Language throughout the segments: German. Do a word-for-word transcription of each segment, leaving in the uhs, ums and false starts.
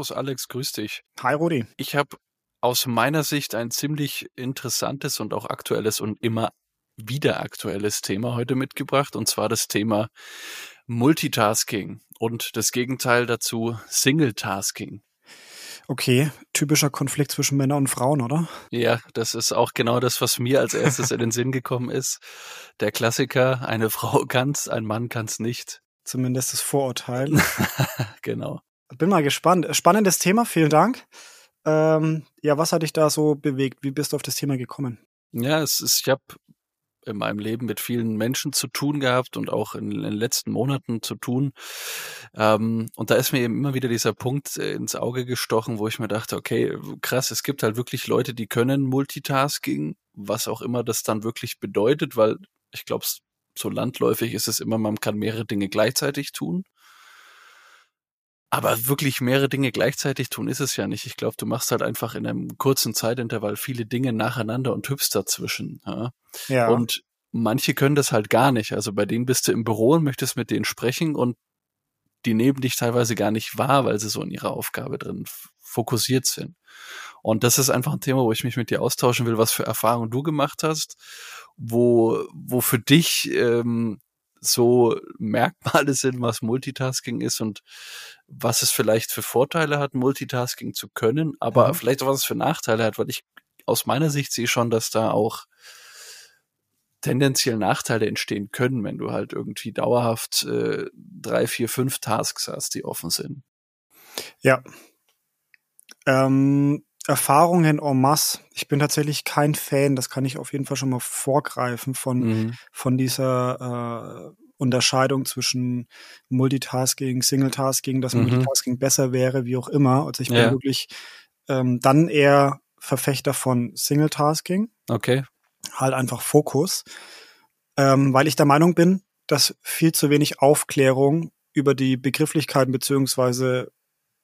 Servus Alex, grüß dich. Hi Rudi. Ich habe aus meiner Sicht ein ziemlich interessantes und auch aktuelles und immer wieder aktuelles Thema heute mitgebracht, und zwar das Thema Multitasking und das Gegenteil dazu Singletasking. Okay, typischer Konflikt zwischen Männern und Frauen, oder? Ja, das ist auch genau das, was mir als erstes in den Sinn gekommen ist. Der Klassiker, eine Frau kann's, ein Mann kann's nicht. Zumindest das Vorurteil. Genau. Bin mal gespannt. Spannendes Thema, vielen Dank. Ähm, ja, was hat dich da so bewegt? Wie bist du auf das Thema gekommen? Ja, es ist, ich habe in meinem Leben mit vielen Menschen zu tun gehabt und auch in, in den letzten Monaten zu tun. Ähm, und da ist mir eben immer wieder dieser Punkt äh, ins Auge gestochen, wo ich mir dachte, okay, krass, es gibt halt wirklich Leute, die können Multitasking, was auch immer das dann wirklich bedeutet, weil ich glaube, so landläufig ist es immer, man kann mehrere Dinge gleichzeitig tun. Aber wirklich mehrere Dinge gleichzeitig tun ist es ja nicht. Ich glaube, du machst halt einfach in einem kurzen Zeitintervall viele Dinge nacheinander und hüpfst dazwischen. Ja? Ja. Und manche können das halt gar nicht. Also bei denen bist du im Büro und möchtest mit denen sprechen und die nehmen dich teilweise gar nicht wahr, weil sie so in ihrer Aufgabe drin f- fokussiert sind. Und das ist einfach ein Thema, wo ich mich mit dir austauschen will, was für Erfahrungen du gemacht hast, wo, wo für dich ähm, so Merkmale sind, was Multitasking ist und was es vielleicht für Vorteile hat, Multitasking zu können, aber Mhm. vielleicht auch was es für Nachteile hat, weil ich aus meiner Sicht sehe schon, dass da auch tendenziell Nachteile entstehen können, wenn du halt irgendwie dauerhaft äh, drei, vier, fünf Tasks hast, die offen sind. Ja. Ähm, Erfahrungen en masse. Ich bin tatsächlich kein Fan, das kann ich auf jeden Fall schon mal vorgreifen, von, Mhm. von dieser äh, Unterscheidung zwischen Multitasking, Singletasking, dass Mhm. Multitasking besser wäre, wie auch immer. Also ich bin Ja. wirklich ähm, dann eher Verfechter von Singletasking, Okay. halt einfach Fokus, ähm, weil ich der Meinung bin, dass viel zu wenig Aufklärung über die Begrifflichkeiten beziehungsweise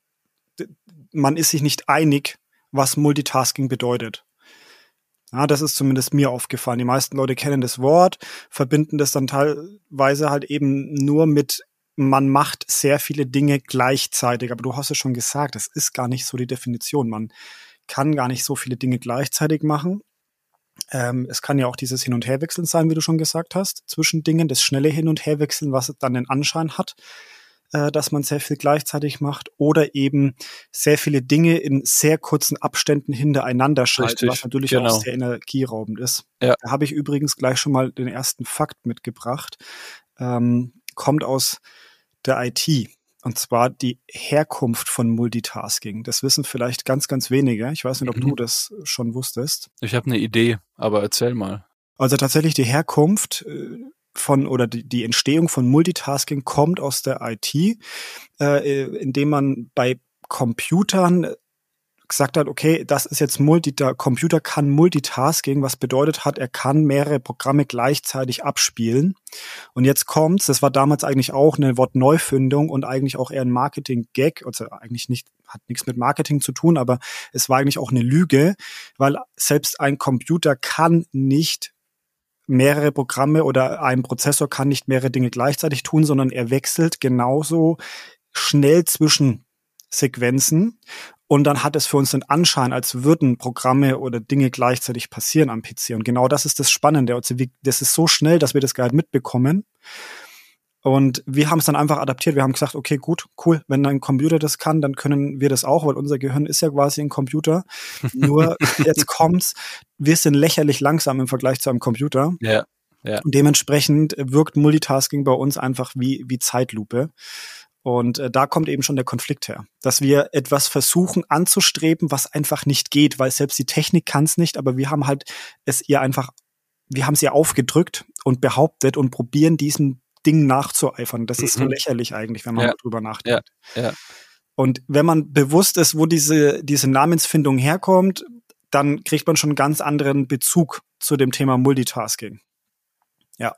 d- man ist sich nicht einig, was Multitasking bedeutet. Ja, das ist zumindest mir aufgefallen. Die meisten Leute kennen das Wort, verbinden das dann teilweise halt eben nur mit, man macht sehr viele Dinge gleichzeitig. Aber du hast es schon gesagt, das ist gar nicht so die Definition. Man kann gar nicht so viele Dinge gleichzeitig machen. Ähm, es kann ja auch dieses Hin- und Herwechseln sein, wie du schon gesagt hast, zwischen Dingen, das schnelle Hin- und Herwechseln, was dann den Anschein hat, äh, dass man sehr viel gleichzeitig macht, oder eben sehr viele Dinge in sehr kurzen Abständen hintereinander schalten, was Richtig. natürlich Genau. auch sehr energieraubend ist. Ja. Da habe ich übrigens gleich schon mal den ersten Fakt mitgebracht. Ähm, kommt aus der I T. Und zwar die Herkunft von Multitasking. Das wissen vielleicht ganz, ganz wenige. Ich weiß nicht, ob Mhm. du das schon wusstest. Ich habe eine Idee, aber erzähl mal. Also tatsächlich die Herkunft äh, von oder die, die Entstehung von Multitasking kommt aus der I T, äh, indem man bei Computern gesagt hat, okay, das ist jetzt Multi, der Computer kann Multitasking, was bedeutet hat, er kann mehrere Programme gleichzeitig abspielen. Und jetzt kommt's, das war damals eigentlich auch eine Wortneufindung und eigentlich auch eher ein Marketing-Gag, also eigentlich nicht, hat nichts mit Marketing zu tun, aber es war eigentlich auch eine Lüge, weil selbst ein Computer kann nicht mehrere Programme oder ein Prozessor kann nicht mehrere Dinge gleichzeitig tun, sondern er wechselt genauso schnell zwischen Sequenzen. Und dann hat es für uns den Anschein, als würden Programme oder Dinge gleichzeitig passieren am P C. Und genau das ist das Spannende. Also wie, das ist so schnell, dass wir das gar nicht mitbekommen. Und wir haben es dann einfach adaptiert. Wir haben gesagt, okay, gut, cool, wenn ein Computer das kann, dann können wir das auch, weil unser Gehirn ist ja quasi ein Computer. Nur jetzt kommt's, wir sind lächerlich langsam im Vergleich zu einem Computer. Ja. Ja. Und dementsprechend wirkt Multitasking bei uns einfach wie, wie Zeitlupe. Und äh, da kommt eben schon der Konflikt her, dass wir etwas versuchen anzustreben, was einfach nicht geht, weil selbst die Technik kann es nicht, aber wir haben halt es ihr einfach, wir haben es ihr aufgedrückt und behauptet und probieren diesem Ding nachzueifern. Das ist so Mhm. lächerlich eigentlich, wenn man Ja. mal drüber nachdenkt. Ja. Ja. Und wenn man bewusst ist, wo diese, diese Namensfindung herkommt, dann kriegt man schon einen ganz anderen Bezug zu dem Thema Multitasking. Ja.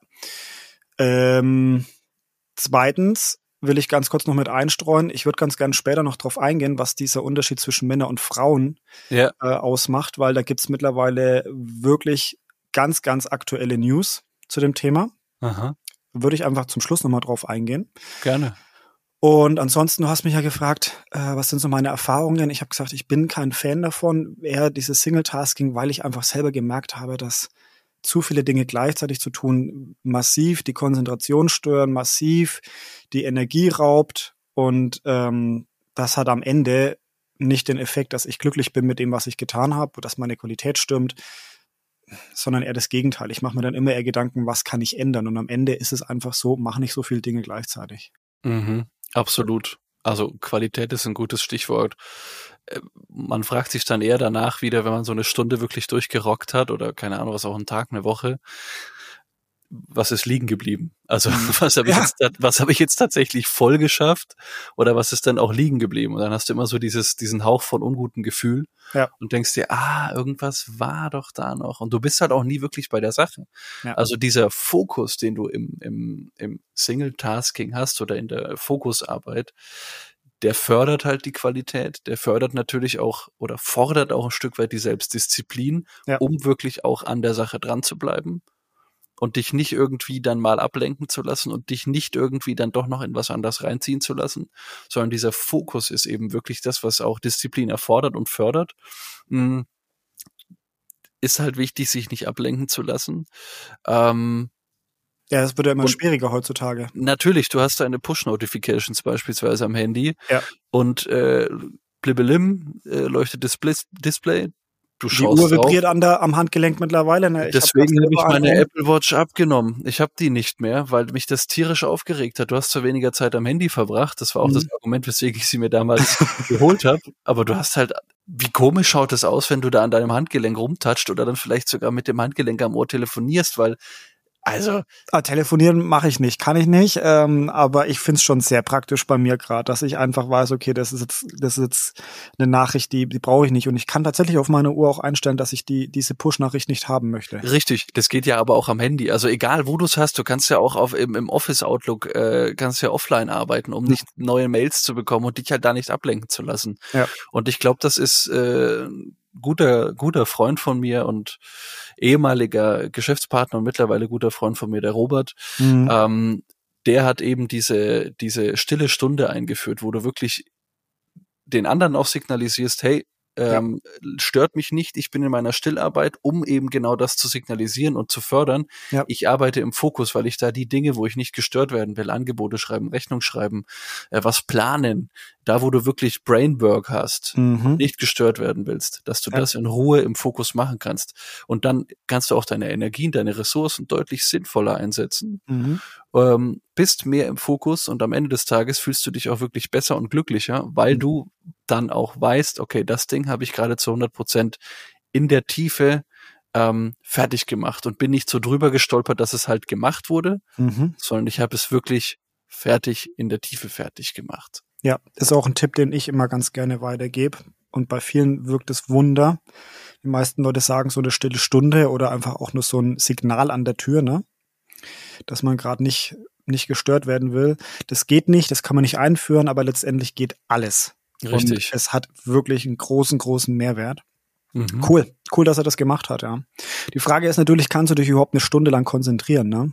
Ähm, zweitens will ich ganz kurz noch mit einstreuen. Ich würde ganz gerne später noch drauf eingehen, was dieser Unterschied zwischen Männern und Frauen Ja. äh, ausmacht, weil da gibt's mittlerweile wirklich ganz, ganz aktuelle News zu dem Thema. Aha. Würde ich einfach zum Schluss nochmal drauf eingehen. Gerne. Und ansonsten, du hast mich ja gefragt, äh, was sind so meine Erfahrungen? Ich habe gesagt, ich bin kein Fan davon, eher dieses Single-Tasking, weil ich einfach selber gemerkt habe, dass zu viele Dinge gleichzeitig zu tun massiv die Konzentration stören, massiv die Energie raubt und ähm, das hat am Ende nicht den Effekt, dass ich glücklich bin mit dem, was ich getan habe, dass meine Qualität stimmt, sondern eher das Gegenteil. Ich mache mir dann immer eher Gedanken, was kann ich ändern? Und am Ende ist es einfach so, mach nicht so viele Dinge gleichzeitig. Mhm, absolut. Also Qualität ist ein gutes Stichwort. Äh, Man fragt sich dann eher danach wieder, wenn man so eine Stunde wirklich durchgerockt hat oder keine Ahnung, was auch ein Tag, eine Woche, was ist liegen geblieben? Also was habe ich Ja. jetzt, was habe ich jetzt tatsächlich voll geschafft oder was ist dann auch liegen geblieben? Und dann hast du immer so dieses, diesen Hauch von unguten Gefühl Ja. und denkst dir, ah, irgendwas war doch da noch. Und du bist halt auch nie wirklich bei der Sache. Ja. Also dieser Fokus, den du im, im, im Single-Tasking hast oder in der Fokusarbeit, der fördert halt die Qualität, der fördert natürlich auch oder fordert auch ein Stück weit die Selbstdisziplin, Ja. um wirklich auch an der Sache dran zu bleiben und dich nicht irgendwie dann mal ablenken zu lassen und dich nicht irgendwie dann doch noch in was anderes reinziehen zu lassen, sondern dieser Fokus ist eben wirklich das, was auch Disziplin erfordert und fördert. Ist halt wichtig, sich nicht ablenken zu lassen. Ähm, Ja, das wird ja immer Und- schwieriger heutzutage. natürlich, du hast deine Push-Notifications beispielsweise am Handy Ja. und äh, blibbelim, äh, leuchtet das Blis- Display. Du Die schaust Uhr drauf. vibriert an der, am Handgelenk mittlerweile. Ne? Ich hab Deswegen grad habe ich selber meine einen. Apple Watch abgenommen. Ich habe die nicht mehr, weil mich das tierisch aufgeregt hat. Du hast zwar weniger Zeit am Handy verbracht, das war auch Mhm. das Argument, weswegen ich sie mir damals geholt habe, aber du hast halt, wie komisch schaut es aus, wenn du da an deinem Handgelenk rumtatscht oder dann vielleicht sogar mit dem Handgelenk am Ohr telefonierst, weil, also, Ah, telefonieren mache ich nicht, kann ich nicht, ähm, aber ich find's schon sehr praktisch bei mir gerade, dass ich einfach weiß, okay, das ist jetzt, das ist jetzt eine Nachricht, die, die brauche ich nicht und ich kann tatsächlich auf meine Uhr auch einstellen, dass ich die diese Push-Nachricht nicht haben möchte. richtig, das geht ja aber auch am Handy. Also egal, wo du es hast, du kannst ja auch auf im, im Office Outlook, äh, kannst ja offline arbeiten, um nicht neue Mails zu bekommen und dich halt da nicht ablenken zu lassen. Ja. Und ich glaube, das ist äh, ein guter, guter Freund von mir und ehemaliger Geschäftspartner und mittlerweile guter Freund von mir, der Robert. Mhm. Ähm, der hat eben diese, diese stille Stunde eingeführt, wo du wirklich den anderen auch signalisierst, hey, ähm, stört mich nicht, ich bin in meiner Stillarbeit, um eben genau das zu signalisieren und zu fördern. Ja. Ich arbeite im Fokus, weil ich da die Dinge, wo ich nicht gestört werden will, Angebote schreiben, Rechnung schreiben, äh, was planen, da wo du wirklich Brainwork hast, Mhm. nicht gestört werden willst, dass du Ja. das in Ruhe im Fokus machen kannst. Und dann kannst du auch deine Energien, deine Ressourcen deutlich sinnvoller einsetzen. Mhm. Ähm, bist mehr im Fokus und am Ende des Tages fühlst du dich auch wirklich besser und glücklicher, weil Mhm. du dann auch weißt, okay, das Ding habe ich gerade zu hundert Prozent in der Tiefe ähm, fertig gemacht und bin nicht so drüber gestolpert, dass es halt gemacht wurde, Mhm. sondern ich habe es wirklich fertig in der Tiefe fertig gemacht. Ja, ist auch ein Tipp, den ich immer ganz gerne weitergebe. Und bei vielen wirkt es Wunder. Die meisten Leute sagen so eine stille Stunde oder einfach auch nur so ein Signal an der Tür, ne? Dass man gerade nicht, nicht gestört werden will. Das geht nicht, das kann man nicht einführen, aber letztendlich geht alles. Richtig. Und es hat wirklich einen großen, großen Mehrwert. Mhm. Cool, cool, dass er das gemacht hat, ja. Die Frage ist natürlich, kannst du dich überhaupt eine Stunde lang konzentrieren, ne?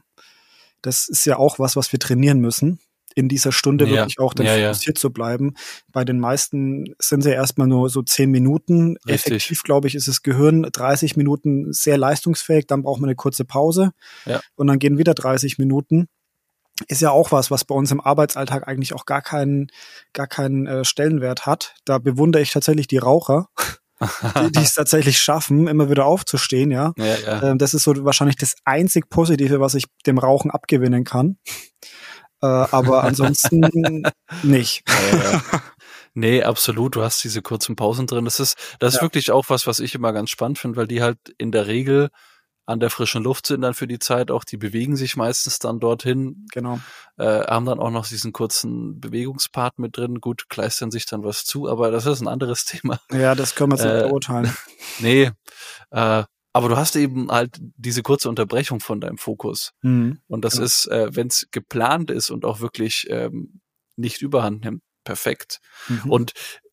Das ist ja auch was, was wir trainieren müssen, in dieser Stunde Ja, wirklich auch dann ja, ja. fokussiert zu bleiben. Bei den meisten sind sie erstmal nur so zehn Minuten. Richtig. Effektiv, glaube ich, ist das Gehirn dreißig Minuten sehr leistungsfähig, dann braucht man eine kurze Pause Ja. und dann gehen wieder dreißig Minuten. Ist ja auch was, was bei uns im Arbeitsalltag eigentlich auch gar keinen, gar keinen äh, Stellenwert hat. Da bewundere ich tatsächlich die Raucher, die, die es tatsächlich schaffen, immer wieder aufzustehen, ja. Ja, ja. Ähm, das ist so wahrscheinlich das einzig Positive, was ich dem Rauchen abgewinnen kann. Äh, aber ansonsten nicht. Ja, ja. Nee, absolut. Du hast diese kurzen Pausen drin. Das ist, das ist Ja. wirklich auch was, was ich immer ganz spannend finde, weil die halt in der Regel an der frischen Luft sind dann für die Zeit auch. Die bewegen sich meistens dann dorthin, Genau. äh, haben dann auch noch diesen kurzen Bewegungspart mit drin. Gut, kleistern sich dann was zu, aber das ist ein anderes Thema. Ja, das können wir jetzt nicht Äh, beurteilen. Nee, äh, aber du hast eben halt diese kurze Unterbrechung von deinem Fokus. Mhm. Und das Genau. ist, äh, wenn es geplant ist und auch wirklich ähm, nicht überhand nimmt, perfekt. Mhm. Und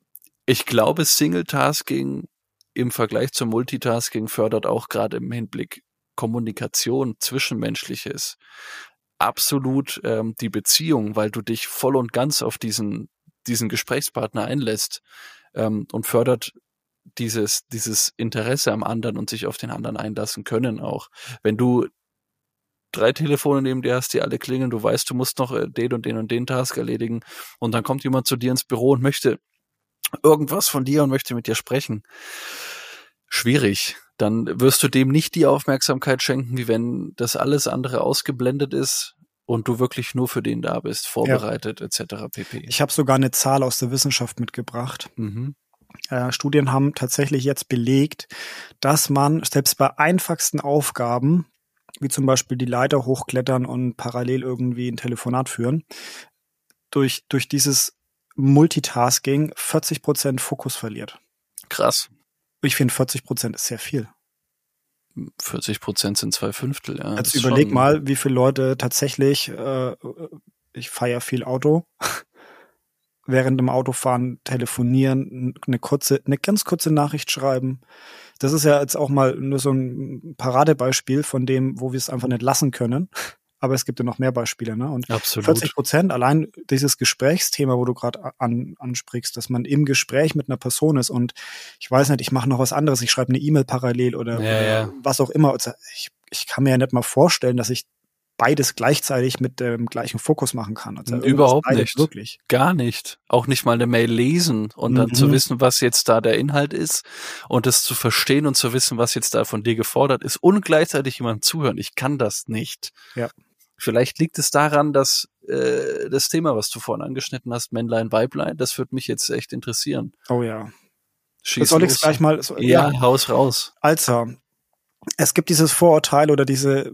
ich glaube, Single-Tasking im Vergleich zum Multitasking fördert auch gerade im Hinblick Kommunikation, Zwischenmenschliches absolut ähm, die Beziehung, weil du dich voll und ganz auf diesen, diesen Gesprächspartner einlässt ähm, und fördert dieses, dieses Interesse am anderen und sich auf den anderen einlassen können auch. Wenn du drei Telefone neben dir hast, die alle klingeln, du weißt, du musst noch den und den und den Task erledigen und dann kommt jemand zu dir ins Büro und möchte irgendwas von dir und möchte mit dir sprechen. Schwierig. Dann wirst du dem nicht die Aufmerksamkeit schenken, wie wenn das alles andere ausgeblendet ist und du wirklich nur für den da bist, vorbereitet ja. et cetera pp. Ich habe sogar eine Zahl aus der Wissenschaft mitgebracht. Mhm. Äh, Studien haben tatsächlich jetzt belegt, dass man selbst bei einfachsten Aufgaben, wie zum Beispiel die Leiter hochklettern und parallel irgendwie ein Telefonat führen, durch, durch dieses Multitasking vierzig Prozent Fokus verliert. Krass. Ich finde, vierzig Prozent ist sehr viel. vierzig Prozent sind zwei Fünftel, ja. Jetzt überleg mal, wie viele Leute tatsächlich, äh, ich fahre ja viel Auto, während dem Autofahren telefonieren, eine kurze, eine ganz kurze Nachricht schreiben. Das ist ja jetzt auch mal nur so ein Paradebeispiel von dem, wo wir es einfach nicht lassen können. Aber es gibt ja noch mehr Beispiele, ne? Und absolut. vierzig Prozent allein dieses Gesprächsthema, wo du gerade an, ansprichst, dass man im Gespräch mit einer Person ist und ich weiß nicht, ich mache noch was anderes, ich schreibe eine E-Mail parallel oder, ja, oder ja. was auch immer. Ich, ich kann mir ja nicht mal vorstellen, dass ich beides gleichzeitig mit dem gleichen Fokus machen kann. Also überhaupt nicht. Wirklich. Gar nicht. Auch nicht mal eine Mail lesen und mhm. dann zu wissen, was jetzt da der Inhalt ist und das zu verstehen und zu wissen, was jetzt da von dir gefordert ist und gleichzeitig jemandem zuhören. Ich kann das nicht. Ja. Vielleicht liegt es daran, dass äh, das Thema, was du vorhin angeschnitten hast, Männlein, Weiblein, das würde mich jetzt echt interessieren. Oh ja. Schieß soll ich los. es gleich mal? So, ja, ja, haus raus. Also, es gibt dieses Vorurteil oder diese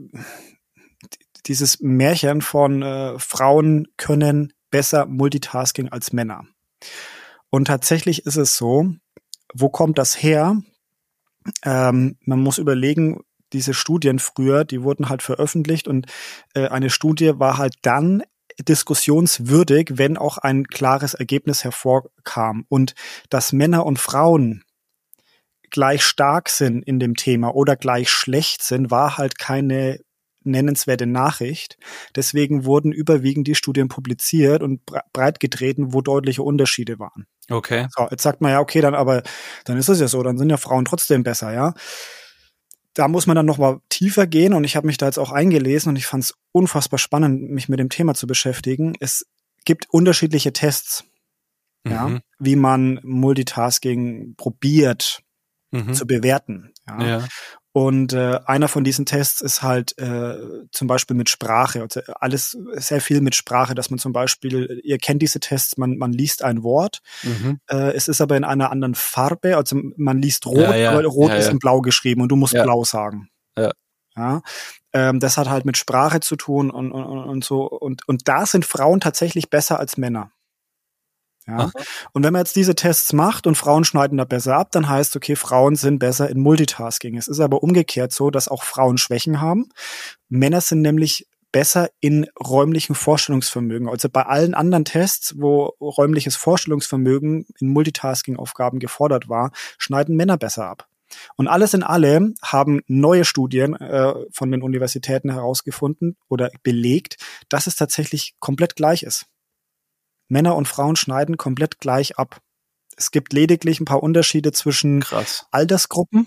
dieses Märchen von äh, Frauen können besser Multitasking als Männer. Und tatsächlich ist es so, wo kommt das her? Ähm, man muss überlegen, diese Studien früher, die wurden halt veröffentlicht und äh, eine Studie war halt dann diskussionswürdig, wenn auch ein klares Ergebnis hervorkam. Und dass Männer und Frauen gleich stark sind in dem Thema oder gleich schlecht sind, war halt keine nennenswerte Nachricht. Deswegen wurden überwiegend die Studien publiziert und breit getreten, wo deutliche Unterschiede waren. Okay. So, jetzt sagt man ja, okay, dann aber, dann ist es ja so, dann sind ja Frauen trotzdem besser, ja. Da muss man dann noch mal tiefer gehen und ich habe mich da jetzt auch eingelesen und ich fand es unfassbar spannend, mich mit dem Thema zu beschäftigen. Es gibt unterschiedliche Tests, mhm. ja, wie man Multitasking probiert mhm. zu bewerten. Ja. ja. Und äh, einer von diesen Tests ist halt äh, zum Beispiel mit Sprache. Also alles sehr viel mit Sprache, dass man zum Beispiel, ihr kennt diese Tests, man man liest ein Wort, mhm. äh, es ist aber in einer anderen Farbe, also man liest rot, ja, ja. aber rot ja, ist ja. in blau geschrieben und du musst ja. blau sagen. Ja. Ja. Ähm, das hat halt mit Sprache zu tun und, und, und so. Und, und da sind Frauen tatsächlich besser als Männer. Ja. Und wenn man jetzt diese Tests macht und Frauen schneiden da besser ab, dann heißt, okay, Frauen sind besser in Multitasking. Es ist aber umgekehrt so, dass auch Frauen Schwächen haben. Männer sind nämlich besser in räumlichen Vorstellungsvermögen. Also bei allen anderen Tests, wo räumliches Vorstellungsvermögen in Multitasking-Aufgaben gefordert war, schneiden Männer besser ab. Und alles in allem haben neue Studien äh, von den Universitäten herausgefunden oder belegt, dass es tatsächlich komplett gleich ist. Männer und Frauen schneiden komplett gleich ab. Es gibt lediglich ein paar Unterschiede zwischen Krass. Altersgruppen.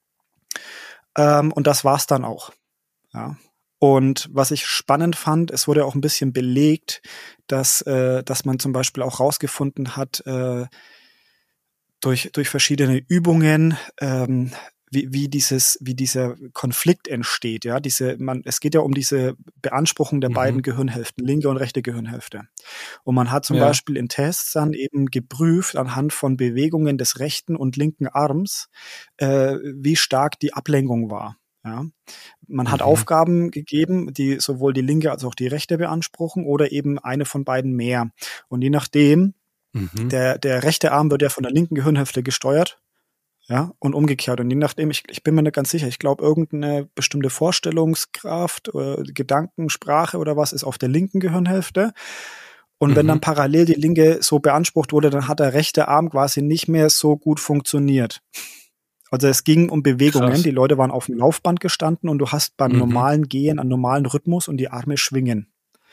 Ähm, und das war's dann auch. Ja. Und was ich spannend fand, es wurde auch ein bisschen belegt, dass, äh, dass man zum Beispiel auch rausgefunden hat, äh, durch, durch verschiedene Übungen, ähm, wie, wie dieses, wie dieser Konflikt entsteht, ja, diese, man, es geht ja um diese Beanspruchung der mhm. beiden Gehirnhälften, linke und rechte Gehirnhälfte. Und man hat zum ja. Beispiel in Tests dann eben geprüft anhand von Bewegungen des rechten und linken Arms, äh, wie stark die Ablenkung war. Ja. Man hat mhm. Aufgaben gegeben, die sowohl die linke als auch die rechte beanspruchen oder eben eine von beiden mehr. Und je nachdem, mhm. der, der rechte Arm wird ja von der linken Gehirnhälfte gesteuert. Ja, und umgekehrt. Und je nachdem, ich, ich bin mir nicht ganz sicher, ich glaube, irgendeine bestimmte Vorstellungskraft oder Gedankensprache oder was ist auf der linken Gehirnhälfte. Und mhm. wenn dann parallel die linke so beansprucht wurde, dann hat der rechte Arm quasi nicht mehr so gut funktioniert. Also es ging um Bewegungen, Krass. die Leute waren auf dem Laufband gestanden und du hast beim Mhm. normalen Gehen einen normalen Rhythmus und die Arme schwingen.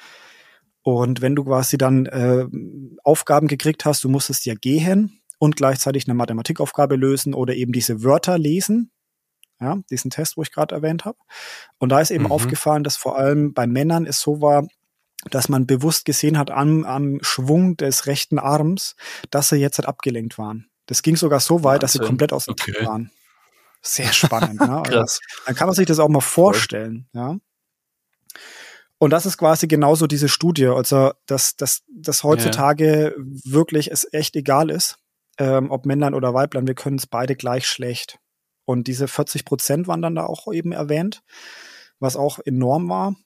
Und wenn du quasi dann äh, Aufgaben gekriegt hast, du musstest ja gehen und gleichzeitig eine Mathematikaufgabe lösen oder eben diese Wörter lesen, ja, diesen Test, wo ich gerade erwähnt habe. Und da ist eben Mhm. aufgefallen, dass vor allem bei Männern es so war, dass man bewusst gesehen hat am, am Schwung des rechten Arms, dass sie jetzt halt abgelenkt waren. Das ging sogar so weit, dass sie Wahnsinn. komplett aus dem Okay. Takt waren. Sehr spannend, ne? Also, Krass. dann kann man sich das auch mal vorstellen, ja. Und das ist quasi genauso diese Studie, also dass, dass, dass heutzutage wirklich es echt egal ist, ähm, ob Männlein oder Weiblein, wir können es beide gleich schlecht. Und diese vierzig Prozent waren dann da auch eben erwähnt, was auch enorm war.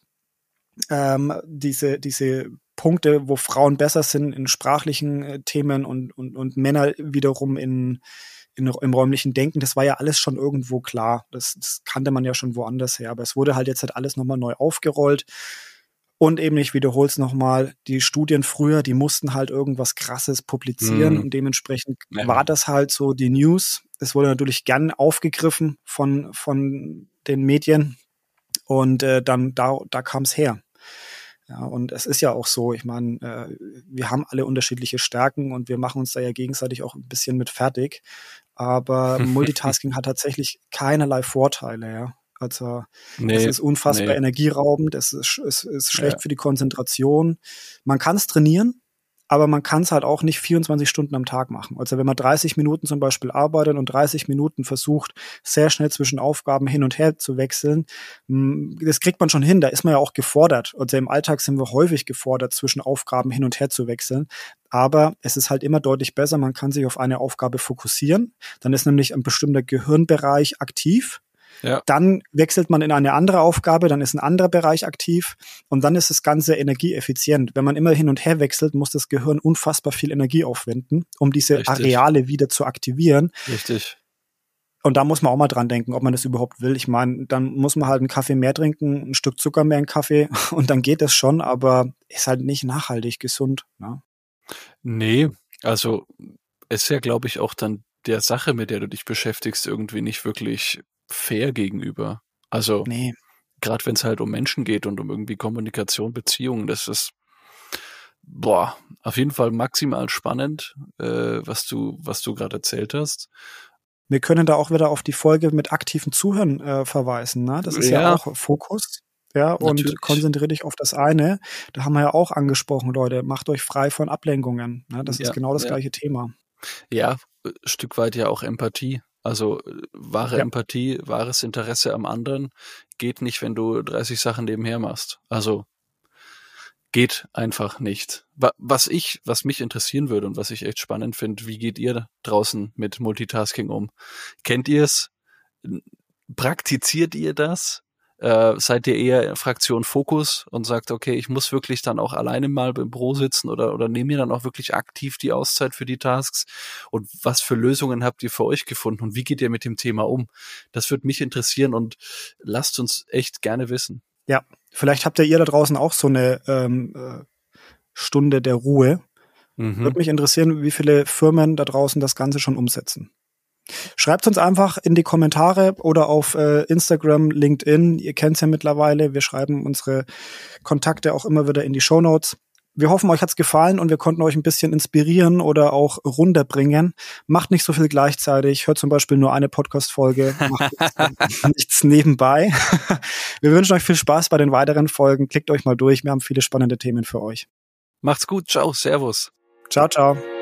Ähm, diese, diese Punkte, wo Frauen besser sind in sprachlichen äh, Themen und, und, und Männer wiederum in, in, im räumlichen Denken, das war ja alles schon irgendwo klar. Das, das kannte man ja schon woanders her. Aber es wurde halt jetzt halt alles nochmal neu aufgerollt. Und eben, ich wiederhole es nochmal, die Studien früher, die mussten halt irgendwas Krasses publizieren Mhm. und dementsprechend Ja. war das halt so die News. Es wurde natürlich gern aufgegriffen von, von den Medien und äh, dann da, da kam es her. Ja, und es ist ja auch so, ich meine, äh, wir haben alle unterschiedliche Stärken und wir machen uns da ja gegenseitig auch ein bisschen mit fertig. Aber Multitasking hat tatsächlich keinerlei Vorteile, ja. Also Nee, es ist unfassbar nee. energieraubend, es ist, es ist schlecht Ja. für die Konzentration. Man kann es trainieren, aber man kann es halt auch nicht vierundzwanzig Stunden am Tag machen. Also wenn man dreißig Minuten zum Beispiel arbeitet und dreißig Minuten versucht, sehr schnell zwischen Aufgaben hin und her zu wechseln, mh, das kriegt man schon hin, da ist man ja auch gefordert. Also im Alltag sind wir häufig gefordert, zwischen Aufgaben hin und her zu wechseln. Aber es ist halt immer deutlich besser, man kann sich auf eine Aufgabe fokussieren. Dann ist nämlich ein bestimmter Gehirnbereich aktiv. Ja. Dann wechselt man in eine andere Aufgabe, dann ist ein anderer Bereich aktiv und dann ist das Ganze energieeffizient. Wenn man immer hin und her wechselt, muss das Gehirn unfassbar viel Energie aufwenden, um diese Richtig. Areale wieder zu aktivieren. Richtig. Und da muss man auch mal dran denken, ob man das überhaupt will. Ich meine, dann muss man halt einen Kaffee mehr trinken, ein Stück Zucker mehr in Kaffee und dann geht das schon, aber ist halt nicht nachhaltig gesund. Ne? Nee, also ist ja, glaube ich, auch dann der Sache, mit der du dich beschäftigst, irgendwie nicht wirklich fair gegenüber. Also Nee. gerade wenn es halt um Menschen geht und um irgendwie Kommunikation, Beziehungen, das ist boah, auf jeden Fall maximal spannend, äh, was du, was du gerade erzählt hast. Wir können da auch wieder auf die Folge mit aktiven Zuhören äh, verweisen. Ne? Das ist ja, Ja. auch Fokus. Ja, und Natürlich. konzentriert dich auf das eine. Da haben wir ja auch angesprochen, Leute, macht euch frei von Ablenkungen. Ne? Das Ja, ist genau das ja. gleiche Thema. Ja, ein Stück weit ja auch Empathie. Also äh, wahre Ja. Empathie, wahres Interesse am anderen geht nicht, wenn du dreißig Sachen nebenher machst. Also geht einfach nicht. Wa- Was ich, was mich interessieren würde und was ich echt spannend finde, wie geht ihr draußen mit Multitasking um? Kennt ihr es? Praktiziert ihr das? Äh, seid ihr eher Fraktion Fokus und sagt, okay, ich muss wirklich dann auch alleine mal im Büro sitzen oder, oder nehmt ihr dann auch wirklich aktiv die Auszeit für die Tasks? Und was für Lösungen habt ihr für euch gefunden und wie geht ihr mit dem Thema um? Das würde mich interessieren und lasst uns echt gerne wissen. Ja, vielleicht habt ihr ihr da draußen auch so eine ähm, äh, Stunde der Ruhe. Mhm. Würde mich interessieren, wie viele Firmen da draußen das Ganze schon umsetzen. Schreibt uns einfach in die Kommentare oder auf äh, Instagram, LinkedIn. Ihr kennt es ja mittlerweile. Wir schreiben unsere Kontakte auch immer wieder in die Shownotes. Wir hoffen, euch hat's gefallen und wir konnten euch ein bisschen inspirieren oder auch runterbringen. Macht nicht so viel gleichzeitig. Hört zum Beispiel nur eine Podcast-Folge. Macht nichts, nichts nebenbei. Wir wünschen euch viel Spaß bei den weiteren Folgen. Klickt euch mal durch. Wir haben viele spannende Themen für euch. Macht's gut. Ciao. Servus. Ciao, ciao.